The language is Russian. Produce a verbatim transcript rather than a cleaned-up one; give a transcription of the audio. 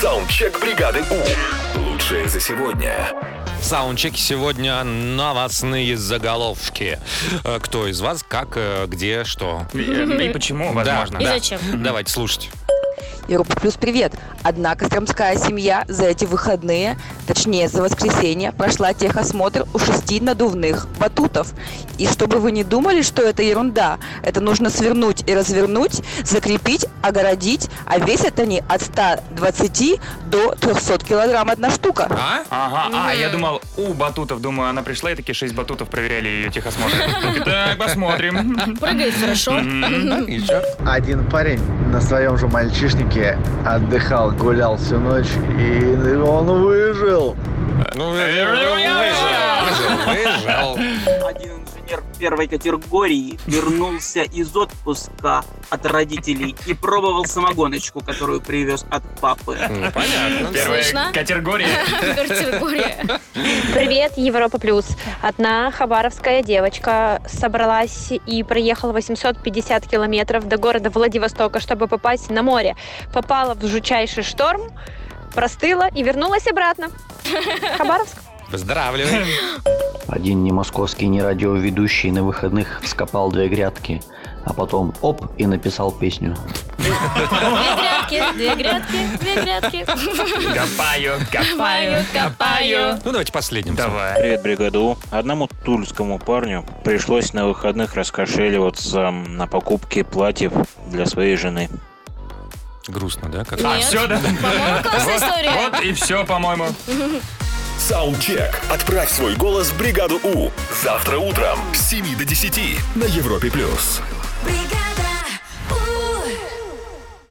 Саундчек бригады У. Лучшее за сегодня. В саундчеке сегодня новостные заголовки. Э, Кто из вас, как, э, где, что. И, и почему, возможно. И Да. зачем? Давайте слушать. Европа Плюс, привет! Одна костромская семья за эти выходные, точнее за воскресенье, прошла техосмотр у шести надувных батутов. И чтобы вы не думали, что это ерунда, это нужно свернуть и развернуть, закрепить, огородить, а весят они от ста двадцати до трехсот килограмм одна штука. А? Ага, а, я думал, у батутов, думаю, она пришла и такие шесть батутов проверяли ее техосмотр. Так, посмотрим. Прыгает хорошо. Отлично. Один парень на своем же мальчишнике отдыхал, гулял всю ночь, и он выжил. Ну, выжил, выжил, выжил. Один инженер первой категории вернулся из отпуска от родителей и пробовал самогоночку, которую привез от папы. Ну, понятно. Первая Слышно? категория. Категория. Привет, Европа Плюс. Одна хабаровская девочка собралась и проехала восемьсот пятьдесят километров до города Владивостока, чтобы попасть на море. Попала в жутчайший шторм, простыла и вернулась обратно. Хабаровск. Поздравляю. Один не московский, не радиоведущий на выходных вскопал две грядки, а потом оп и написал песню. Две грядки, две грядки, две грядки. Копаю, Копаю, копаю. Ну, давайте последним. Давай. Привет, бригаду. Одному тульскому парню пришлось на выходных раскошеливаться на покупке платьев для своей жены. Грустно, да? Как? А, Нет. все, да? По-моему, классная история. Вот и все, по-моему. Саундчек. Отправь свой голос в бригаду У. Завтра утром с семи до десяти на Европе плюс. Бригада!